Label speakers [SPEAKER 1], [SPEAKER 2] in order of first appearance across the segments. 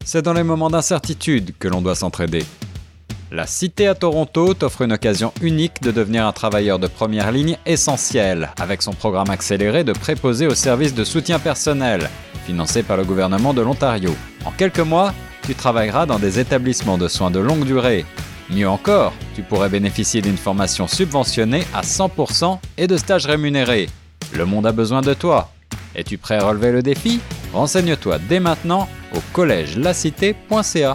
[SPEAKER 1] C'est dans les moments d'incertitude que l'on doit s'entraider. La Cité à Toronto t'offre une occasion unique de devenir un travailleur de première ligne essentiel avec son programme accéléré de préposé au service de soutien personnel, financé par le gouvernement de l'Ontario. En quelques mois, tu travailleras dans des établissements de soins de longue durée. Mieux encore, tu pourrais bénéficier d'une formation subventionnée à 100% et de stages rémunérés. Le monde a besoin de toi. Es-tu prêt à relever le défi? Renseigne-toi dès maintenant au collègelacité.ca.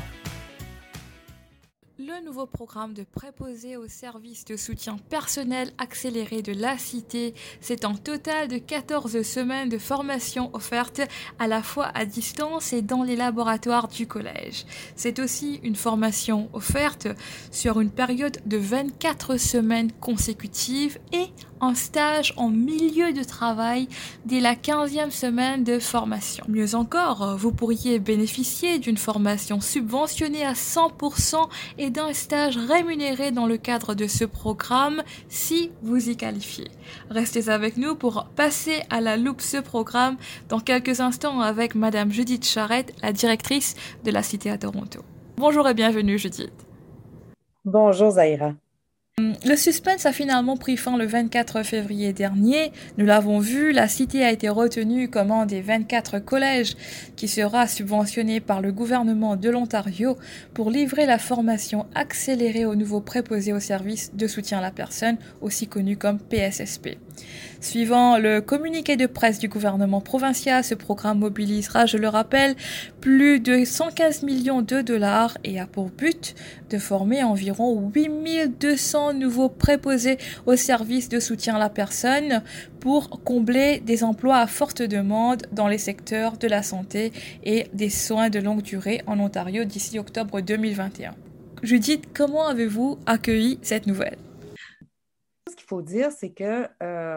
[SPEAKER 2] Le nouveau programme de préposé au service de soutien personnel accéléré de la Cité, c'est un total de 14 semaines de formation offertes à la fois à distance et dans les laboratoires du collège. C'est aussi une formation offerte sur une période de 24 semaines consécutives et un stage en milieu de travail dès la 15e semaine de formation. Mieux encore, vous pourriez bénéficier d'une formation subventionnée à 100% et d'un stage rémunéré dans le cadre de ce programme si vous y qualifiez. Restez avec nous pour passer à la loupe ce programme dans quelques instants avec Madame Judith Charette, la directrice de la Cité à Toronto. Bonjour et bienvenue Judith.
[SPEAKER 3] Bonjour Zaira.
[SPEAKER 2] Le suspense a finalement pris fin le 24 février dernier. Nous l'avons vu, la Cité a été retenue comme un des 24 collèges qui sera subventionné par le gouvernement de l'Ontario pour livrer la formation accélérée aux nouveaux préposés au service de soutien à la personne, aussi connu comme PSSP. Suivant le communiqué de presse du gouvernement provincial, ce programme mobilisera, je le rappelle, plus de 115 millions de dollars et a pour but de former environ 8200 nouveaux préposés au service de soutien à la personne pour combler des emplois à forte demande dans les secteurs de la santé et des soins de longue durée en Ontario d'ici octobre 2021. Judith, comment avez-vous accueilli cette nouvelle?
[SPEAKER 3] Ce qu'il faut dire, c'est que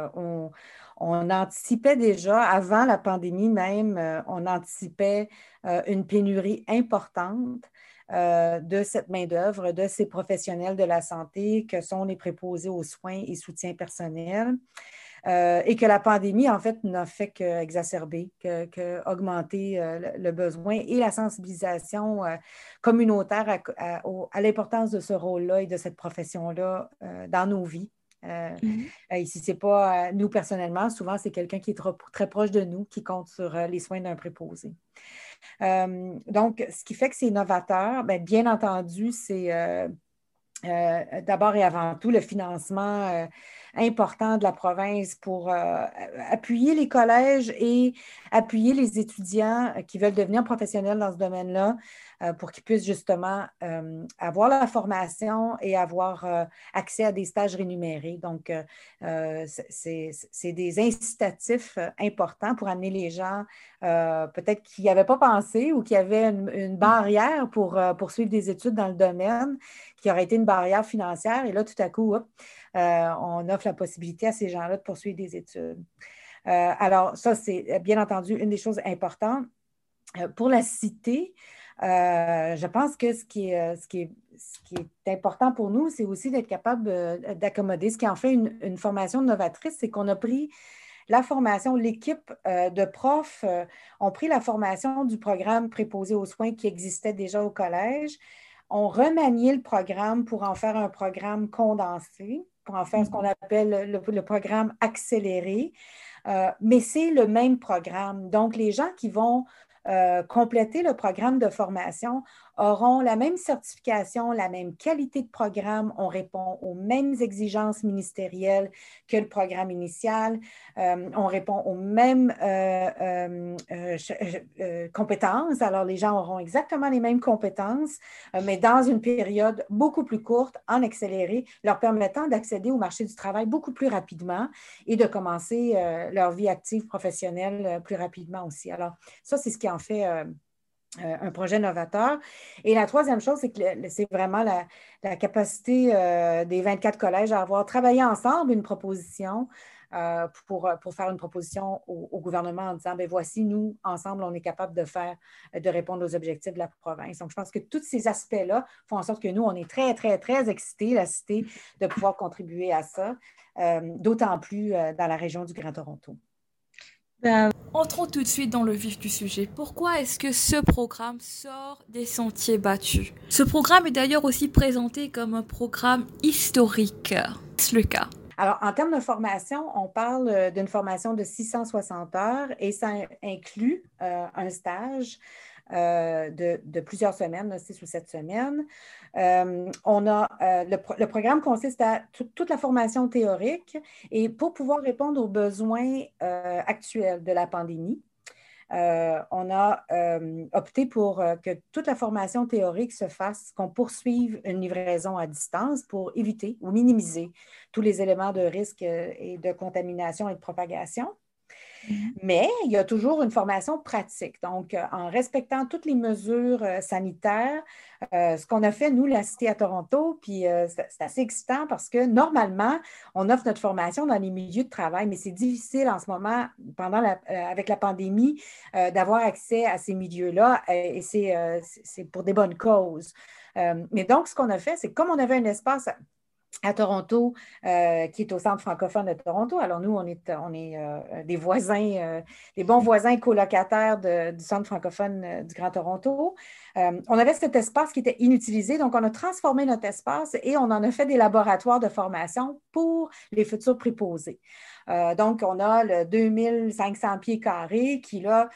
[SPEAKER 3] on anticipait déjà, avant la pandémie même, on anticipait une pénurie importante de cette main-d'œuvre, de ces professionnels de la santé que sont les préposés aux soins et soutien personnel. Et que la pandémie, en fait, n'a fait qu'exacerber, qu'augmenter le besoin et la sensibilisation communautaire à l'importance de ce rôle-là et de cette profession-là dans nos vies. Ici, ce n'est pas nous personnellement, souvent c'est quelqu'un qui est très proche de nous, qui compte sur les soins d'un préposé. Donc, ce qui fait que c'est novateur, bien entendu, c'est d'abord et avant tout le financement important de la province pour appuyer les collèges et appuyer les étudiants qui veulent devenir professionnels dans ce domaine-là pour qu'ils puissent justement avoir la formation et avoir accès à des stages rémunérés. Donc, c'est des incitatifs importants pour amener les gens peut-être qui n'y avaient pas pensé ou qui avaient une barrière pour poursuivre des études dans le domaine, qui aurait été une barrière financière. Et là, tout à coup, on offre la possibilité à ces gens-là de poursuivre des études. Alors, ça, c'est bien entendu une des choses importantes. Pour la Cité, je pense que ce qui est important pour nous, c'est aussi d'être capable d'accommoder. Ce qui en fait une formation novatrice, c'est qu'on a pris la formation, l'équipe de profs ont pris la formation du programme préposé aux soins qui existait déjà au collège, ont remanié le programme pour en faire un programme condensé, pour en faire ce qu'on appelle le programme accéléré, mais c'est le même programme. Donc, les gens qui vont compléter le programme de formation auront la même certification, la même qualité de programme. On répond aux mêmes exigences ministérielles que le programme initial. On répond aux mêmes compétences. Alors, les gens auront exactement les mêmes compétences, mais dans une période beaucoup plus courte, en accéléré, leur permettant d'accéder au marché du travail beaucoup plus rapidement et de commencer leur vie active professionnelle plus rapidement aussi. Alors, ça, c'est ce qui en fait un projet novateur. Et la troisième chose, c'est que c'est vraiment la capacité des 24 collèges à avoir travaillé ensemble une proposition pour faire une proposition au gouvernement en disant, voici, nous, ensemble, on est capable de répondre aux objectifs de la province. Donc, je pense que tous ces aspects-là font en sorte que nous, on est très, très, très excités, la Cité, de pouvoir contribuer à ça, d'autant plus dans la région du Grand Toronto.
[SPEAKER 2] Entrons tout de suite dans le vif du sujet. Pourquoi est-ce que ce programme sort des sentiers battus? Ce programme est d'ailleurs aussi présenté comme un programme historique. Est-ce le cas?
[SPEAKER 3] Alors, en termes de formation, on parle d'une formation de 660 heures et ça inclut un stage de plusieurs semaines, 6 ou 7 semaines. Le programme consiste à toute la formation théorique et pour pouvoir répondre aux besoins actuels de la pandémie. On a opté pour que toute la formation théorique se fasse, qu'on poursuive une livraison à distance pour éviter ou minimiser tous les éléments de risque et de contamination et de propagation. Mais il y a toujours une formation pratique. Donc, en respectant toutes les mesures sanitaires, ce qu'on a fait, nous, la Cité à Toronto, puis c'est assez excitant parce que normalement, on offre notre formation dans les milieux de travail, mais c'est difficile en ce moment, avec la pandémie, d'avoir accès à ces milieux-là et c'est pour des bonnes causes. Mais donc, ce qu'on a fait, c'est comme on avait un espace à Toronto, qui est au Centre francophone de Toronto. Alors, nous, on est des voisins, des bons voisins colocataires du Centre francophone du Grand Toronto. On avait cet espace qui était inutilisé, donc on a transformé notre espace et on en a fait des laboratoires de formation pour les futurs préposés. Donc, on a le 2500 pieds carrés qui, là,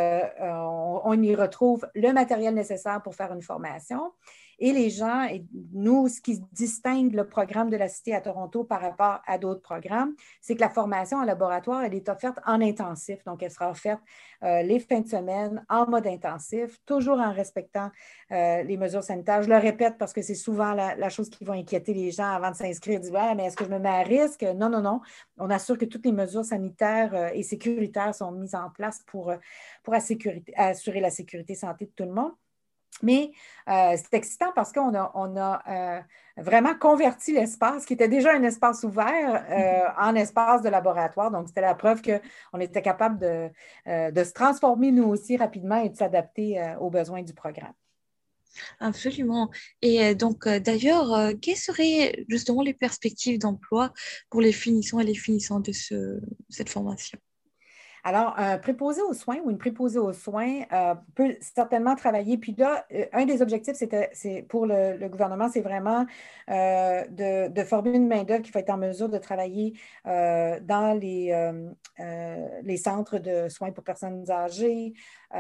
[SPEAKER 3] on y retrouve le matériel nécessaire pour faire une formation. Et les gens, et nous, ce qui distingue le programme de la Cité à Toronto par rapport à d'autres programmes, c'est que la formation en laboratoire, elle est offerte en intensif. Donc, elle sera offerte les fins de semaine en mode intensif, toujours en respectant les mesures sanitaires. Je le répète parce que c'est souvent la chose qui va inquiéter les gens avant de s'inscrire. Ils disent, ouais, mais est-ce que je me mets à risque? Non, non, non. On assure que toutes les mesures sanitaires et sécuritaires sont mises en place pour assurer la sécurité santé de tout le monde. Mais c'est excitant parce qu'on a vraiment converti l'espace, qui était déjà un espace ouvert, en espace de laboratoire. Donc, c'était la preuve qu'on était capable de se transformer nous aussi rapidement et de s'adapter aux besoins du programme.
[SPEAKER 4] Absolument. Et d'ailleurs, quelles seraient justement les perspectives d'emploi pour les finissants et les finissants de cette formation?
[SPEAKER 3] Alors, un préposé aux soins ou une préposée aux soins peut certainement travailler. Puis là, un des objectifs, c'est pour le gouvernement, c'est vraiment de former une main-d'œuvre qui va être en mesure de travailler dans les centres de soins pour personnes âgées,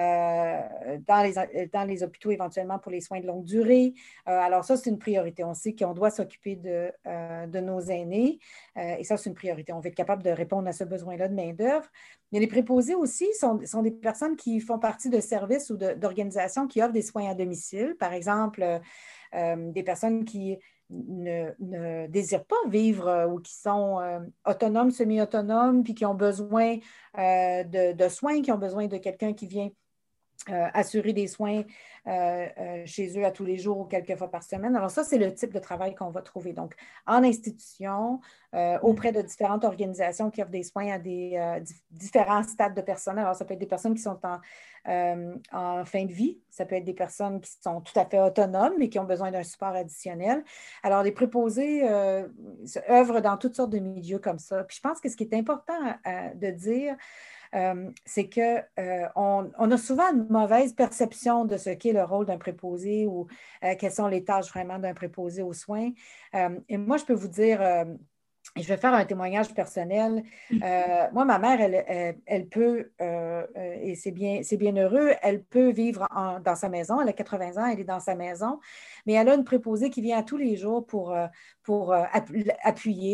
[SPEAKER 3] dans les hôpitaux éventuellement pour les soins de longue durée. Alors ça, c'est une priorité. On sait qu'on doit s'occuper de nos aînés et ça, c'est une priorité. On va être capable de répondre à ce besoin-là de main-d'œuvre. Mais les préposés aussi sont des personnes qui font partie de services ou d'organisations qui offrent des soins à domicile. Par exemple, des personnes qui ne désirent pas vivre ou qui sont autonomes, semi-autonomes, puis qui ont besoin de soins, qui ont besoin de quelqu'un qui vient assurer des soins chez eux à tous les jours ou quelques fois par semaine. Alors ça, c'est le type de travail qu'on va trouver. Donc, en institution, auprès de différentes organisations qui offrent des soins à des différents stades de personnes. Alors, ça peut être des personnes qui sont en fin de vie. Ça peut être des personnes qui sont tout à fait autonomes, mais qui ont besoin d'un support additionnel. Alors, les préposés œuvrent dans toutes sortes de milieux comme ça. Puis, je pense que ce qui est important de dire, c'est qu'on a souvent une mauvaise perception de ce qu'est le rôle d'un préposé ou quelles sont les tâches vraiment d'un préposé aux soins. Et moi, je peux vous dire, je vais faire un témoignage personnel. Moi, ma mère, elle peut, et c'est bien heureux, elle peut vivre dans sa maison. Elle a 80 ans, elle est dans sa maison, mais elle a une préposée qui vient tous les jours pour appuyer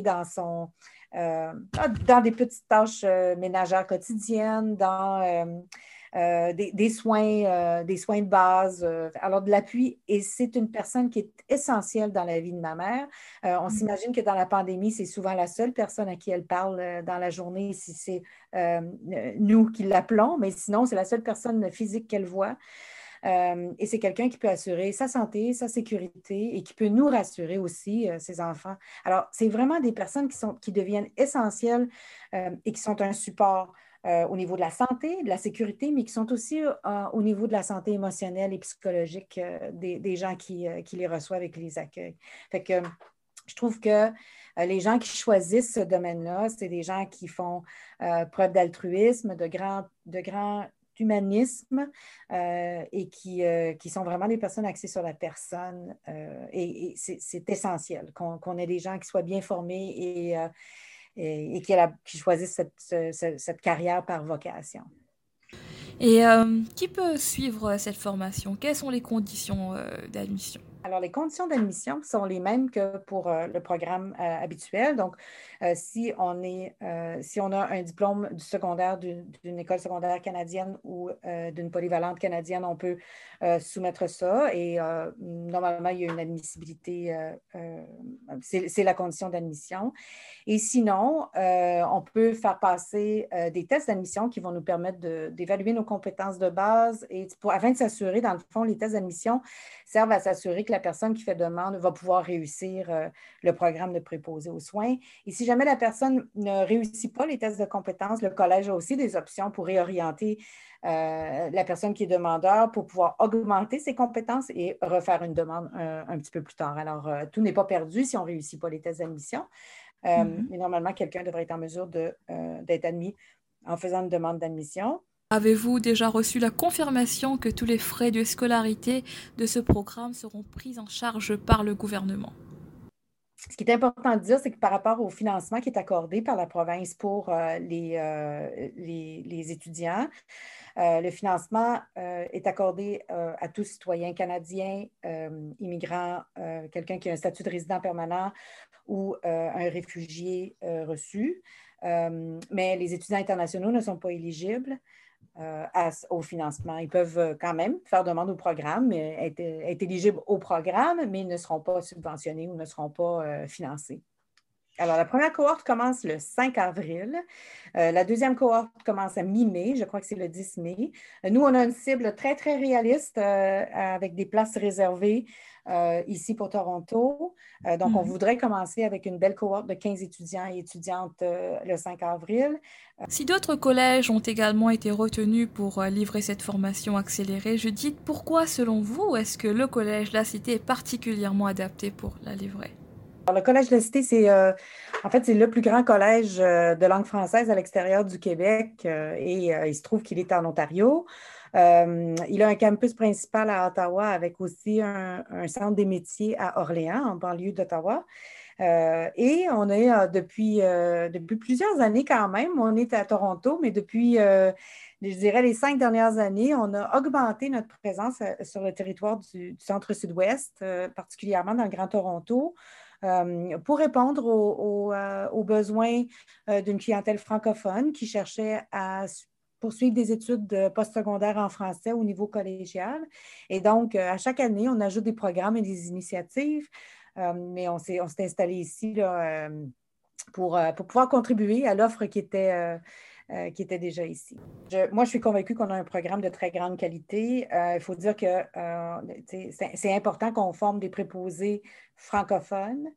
[SPEAKER 3] dans des petites tâches ménagères quotidiennes, dans des soins de base, alors de l'appui. Et c'est une personne qui est essentielle dans la vie de ma mère. On s'imagine que dans la pandémie, c'est souvent la seule personne à qui elle parle dans la journée, si c'est nous qui l'appelons, mais sinon, c'est la seule personne physique qu'elle voit. Et c'est quelqu'un qui peut assurer sa santé, sa sécurité et qui peut nous rassurer aussi, ses enfants. Alors, c'est vraiment des personnes qui deviennent essentielles et qui sont un support au niveau de la santé, de la sécurité, mais qui sont aussi au niveau de la santé émotionnelle et psychologique des gens qui les reçoivent et qui les accueillent. Fait que Je trouve que les gens qui choisissent ce domaine-là, c'est des gens qui font preuve d'altruisme, de grand humanisme et qui sont vraiment des personnes axées sur la personne. Et c'est essentiel qu'on ait des gens qui soient bien formés et qui choisissent cette carrière par vocation.
[SPEAKER 2] Et qui peut suivre cette formation? Quelles sont les conditions d'admission?
[SPEAKER 3] Alors, les conditions d'admission sont les mêmes que pour le programme habituel. Donc, si on a un diplôme du secondaire d'une école secondaire canadienne ou d'une polyvalente canadienne, on peut soumettre ça. Et normalement, il y a une admissibilité, c'est la condition d'admission. Et sinon, on peut faire passer des tests d'admission qui vont nous permettre d'évaluer nos compétences de base afin de s'assurer, dans le fond, les tests d'admission servent à s'assurer que la personne qui fait demande va pouvoir réussir le programme de préposé aux soins. Et si jamais la personne ne réussit pas les tests de compétences, le collège a aussi des options pour réorienter la personne qui est demandeur pour pouvoir augmenter ses compétences et refaire une demande un petit peu plus tard. Alors, tout n'est pas perdu si on ne réussit pas les tests d'admission. Mais normalement, quelqu'un devrait être en mesure d'être admis en faisant une demande d'admission.
[SPEAKER 2] Avez-vous déjà reçu la confirmation que tous les frais de scolarité de ce programme seront pris en charge par le gouvernement?
[SPEAKER 3] Ce qui est important de dire, c'est que par rapport au financement qui est accordé par la province pour les étudiants, le financement est accordé à tout citoyen canadien, immigrant, quelqu'un qui a un statut de résident permanent ou un réfugié reçu. Mais les étudiants internationaux ne sont pas éligibles au financement. Ils peuvent quand même faire demande au programme, être éligibles au programme, mais ils ne seront pas subventionnés ou ne seront pas financés. Alors, la première cohorte commence le 5 avril. La deuxième cohorte commence à mi-mai. Je crois que c'est le 10 mai. Nous, on a une cible très, très réaliste avec des places réservées ici pour Toronto. Donc, on voudrait commencer avec une belle cohorte de 15 étudiants et étudiantes le 5 avril.
[SPEAKER 2] Si d'autres collèges ont également été retenus pour livrer cette formation accélérée, Judith, pourquoi, selon vous, est-ce que le collège La Cité est particulièrement adapté pour la livrer?
[SPEAKER 3] Alors, le Collège de la Cité, c'est le plus grand collège de langue française à l'extérieur du Québec et il se trouve qu'il est en Ontario. Il a un campus principal à Ottawa avec aussi un centre des métiers à Orléans, en banlieue d'Ottawa. Et on est depuis plusieurs années quand même, on est à Toronto, mais depuis, je dirais, les 5 dernières années, on a augmenté notre présence sur le territoire du centre-sud-ouest, particulièrement dans le Grand Toronto. Pour répondre aux besoins d'une clientèle francophone qui cherchait à poursuivre des études postsecondaires en français au niveau collégial. Et donc, à chaque année, on ajoute des programmes et des initiatives, mais on s'est installé ici là, pour pouvoir contribuer à l'offre qui était déjà ici. Moi, je suis convaincue qu'on a un programme de très grande qualité. Il faut dire que c'est important qu'on forme des préposés francophones.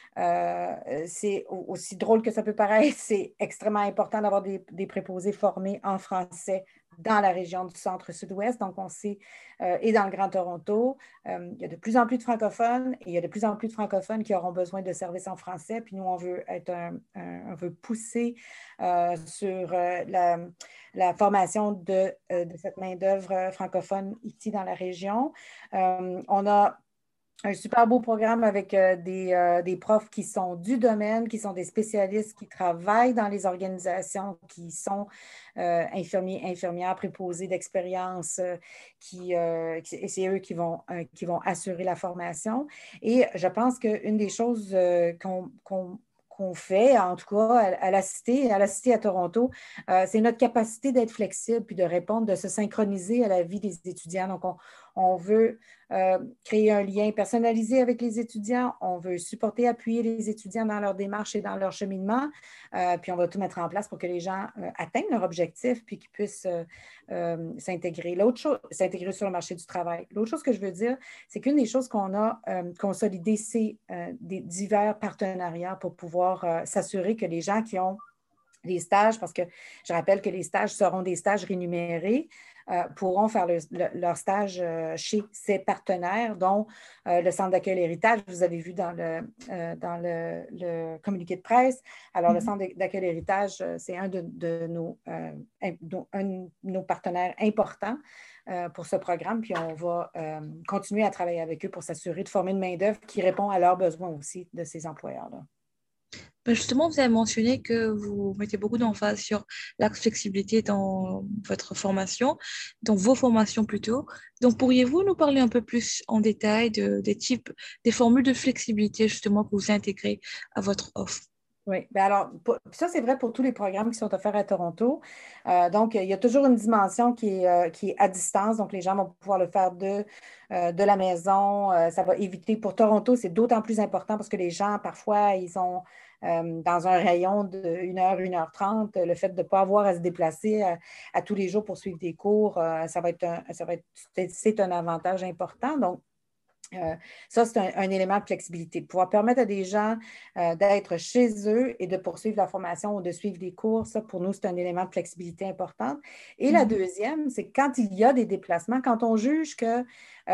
[SPEAKER 3] C'est aussi drôle que ça peut paraître, c'est extrêmement important d'avoir des préposés formés en français dans la région du centre-sud-ouest. Donc, on sait, et dans le Grand Toronto, il y a de plus en plus de francophones et il y a de plus en plus de francophones qui auront besoin de services en français. Puis nous, on veut pousser sur la formation de cette main-d'œuvre francophone ici dans la région. On a un super beau programme avec des profs qui sont du domaine, qui sont des spécialistes, qui travaillent dans les organisations, qui sont infirmiers, infirmières, préposés d'expérience, et c'est eux qui vont assurer la formation. Et je pense qu'une des choses qu'on fait, en tout cas à la Cité à Toronto, c'est notre capacité d'être flexible puis de répondre, de se synchroniser à la vie des étudiants. Donc, on veut créer un lien personnalisé avec les étudiants. On veut supporter, appuyer les étudiants dans leur démarche et dans leur cheminement. Puis, on va tout mettre en place pour que les gens atteignent leur objectif puis qu'ils puissent s'intégrer. S'intégrer sur le marché du travail. L'autre chose que je veux dire, c'est qu'une des choses qu'on a consolidées, c'est des divers partenariats pour pouvoir s'assurer que les gens qui ont les stages, parce que je rappelle que les stages seront des stages rémunérés. pourront faire leur stage chez ces partenaires, dont le Centre d'accueil Héritage, vous avez vu dans le communiqué de presse. Alors, le Centre d'accueil Héritage, c'est un de nos partenaires importants pour ce programme, puis on va continuer à travailler avec eux pour s'assurer de former une main-d'œuvre qui répond à leurs besoins aussi de ces employeurs-là.
[SPEAKER 4] Ben justement, vous avez mentionné que vous mettez beaucoup d'emphase sur la flexibilité dans votre formation, dans vos formations plutôt. Donc, pourriez-vous nous parler un peu plus en détail des formules de flexibilité justement que vous intégrez à votre offre?
[SPEAKER 3] Oui, bien alors, ça, c'est vrai pour tous les programmes qui sont offerts à Toronto. Donc, il y a toujours une dimension qui est à distance. Donc, les gens vont pouvoir le faire de la maison. Ça va éviter, pour Toronto, c'est d'autant plus important parce que les gens, parfois, ils sont dans un rayon de 1 heure, 1h30. Le fait de ne pas avoir à se déplacer à tous les jours pour suivre des cours, c'est un avantage important. Donc, ça, c'est un élément de flexibilité. De pouvoir permettre à des gens d'être chez eux et de poursuivre la formation ou de suivre des cours, ça, pour nous, c'est un élément de flexibilité important. Et la deuxième, c'est quand il y a des déplacements, quand on juge que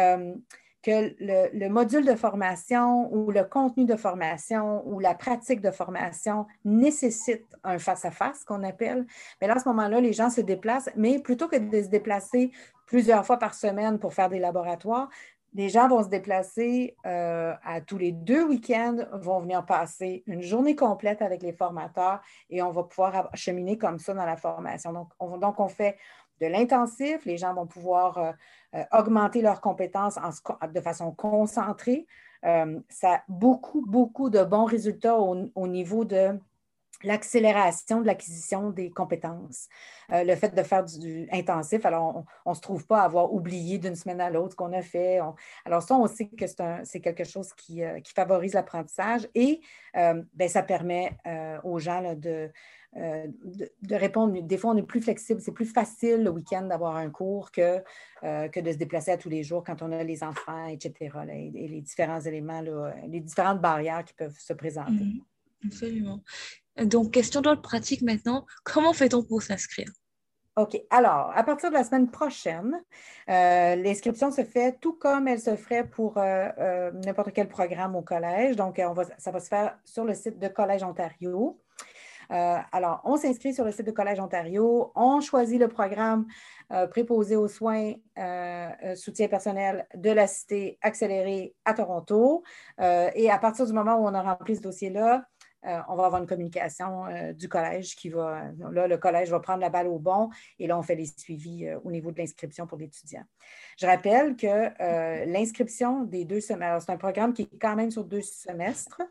[SPEAKER 3] le module de formation ou le contenu de formation ou la pratique de formation nécessite un face-à-face qu'on appelle, mais là, à ce moment-là, les gens se déplacent, mais plutôt que de se déplacer plusieurs fois par semaine pour faire des laboratoires, les gens vont se déplacer à tous les 2 week-ends, vont venir passer une journée complète avec les formateurs et on va pouvoir cheminer comme ça dans la formation. Donc, on fait de l'intensif. Les gens vont pouvoir augmenter leurs compétences de façon concentrée. Ça a beaucoup, beaucoup de bons résultats au niveau de l'accélération de l'acquisition des compétences. Le fait de faire du intensif, alors on ne se trouve pas à avoir oublié d'une semaine à l'autre ce qu'on a fait. Alors ça, on sait que c'est quelque chose qui favorise l'apprentissage et ça permet aux gens là, de répondre. Des fois, on est plus flexible. C'est plus facile le week-end d'avoir un cours que de se déplacer à tous les jours quand on a les enfants, etc. Là, et les différents éléments, là, les différentes barrières qui peuvent se présenter.
[SPEAKER 4] Absolument. Donc, question d'ordre pratique maintenant. Comment fait-on pour s'inscrire?
[SPEAKER 3] OK. Alors, à partir de la semaine prochaine, l'inscription se fait tout comme elle se ferait pour n'importe quel programme au collège. Donc, ça va se faire sur le site de Collège Ontario. Alors, on s'inscrit sur le site de Collège Ontario, on choisit le programme préposé aux soins, soutien personnel de la Cité accélérée à Toronto. Et à partir du moment où on a rempli ce dossier-là, on va avoir une communication du collège là, le collège va prendre la balle au bon et là, on fait les suivis au niveau de l'inscription pour l'étudiant. Je rappelle que l'inscription des 2 semestres, alors c'est un programme qui est quand même sur 2 semestres,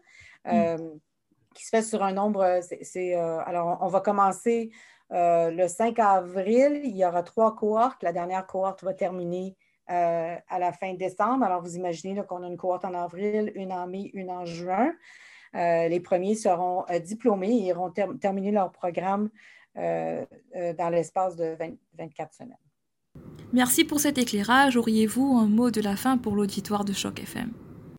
[SPEAKER 3] qui se fait sur un nombre, alors on va commencer le 5 avril, il y aura 3 cohortes. La dernière cohorte va terminer à la fin décembre. Alors, vous imaginez là, qu'on a une cohorte en avril, une en mai, une en juin. Les premiers seront diplômés et iront terminer leur programme dans l'espace de 24 semaines.
[SPEAKER 2] Merci pour cet éclairage. Auriez-vous un mot de la fin pour l'auditoire de Choc FM?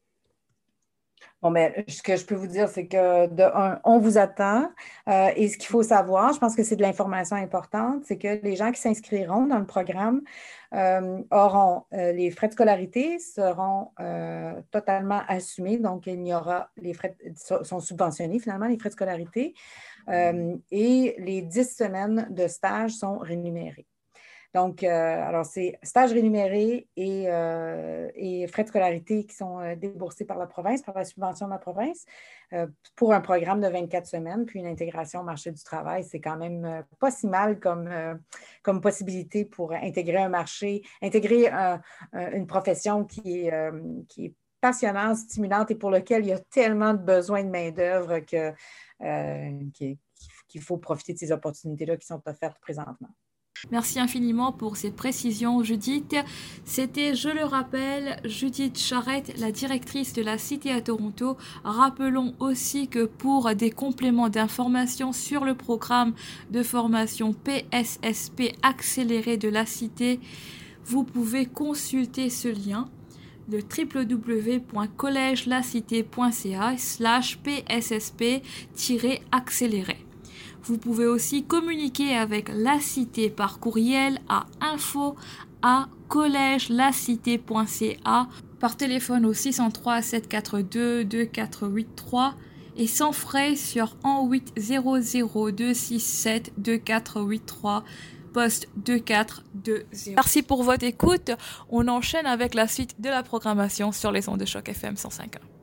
[SPEAKER 3] Bon, bien, ce que je peux vous dire, c'est que de un, on vous attend. Et ce qu'il faut savoir, je pense que c'est de l'information importante, c'est que les gens qui s'inscriront dans le programme auront les frais de scolarité seront totalement assumés. Donc, les frais sont subventionnés finalement, les frais de scolarité. Et les 10 semaines de stage sont rémunérées. Donc, alors, c'est stage rémunéré et frais de scolarité qui sont déboursés par la province, par la subvention de la province, pour un programme de 24 semaines, puis une intégration au marché du travail. C'est quand même pas si mal comme possibilité pour intégrer un marché, intégrer une profession qui est passionnante, stimulante et pour laquelle il y a tellement de besoins de main-d'œuvre qu'il faut profiter de ces opportunités-là qui sont offertes présentement.
[SPEAKER 2] Merci infiniment pour ces précisions, Judith. C'était, je le rappelle, Judith Charette, la directrice de la Cité à Toronto. Rappelons aussi que pour des compléments d'informations sur le programme de formation PSSP accéléré de la Cité, vous pouvez consulter ce lien, le www.collegelacité.ca/PSSP-accéléré. Vous pouvez aussi communiquer avec La Cité par courriel à info@collègelacité.ca, par téléphone au 603 742 2483 et sans frais sur 1800 267 2483 poste 2420. Merci pour votre écoute. On enchaîne avec la suite de la programmation sur les ondes de Choc FM 105.1.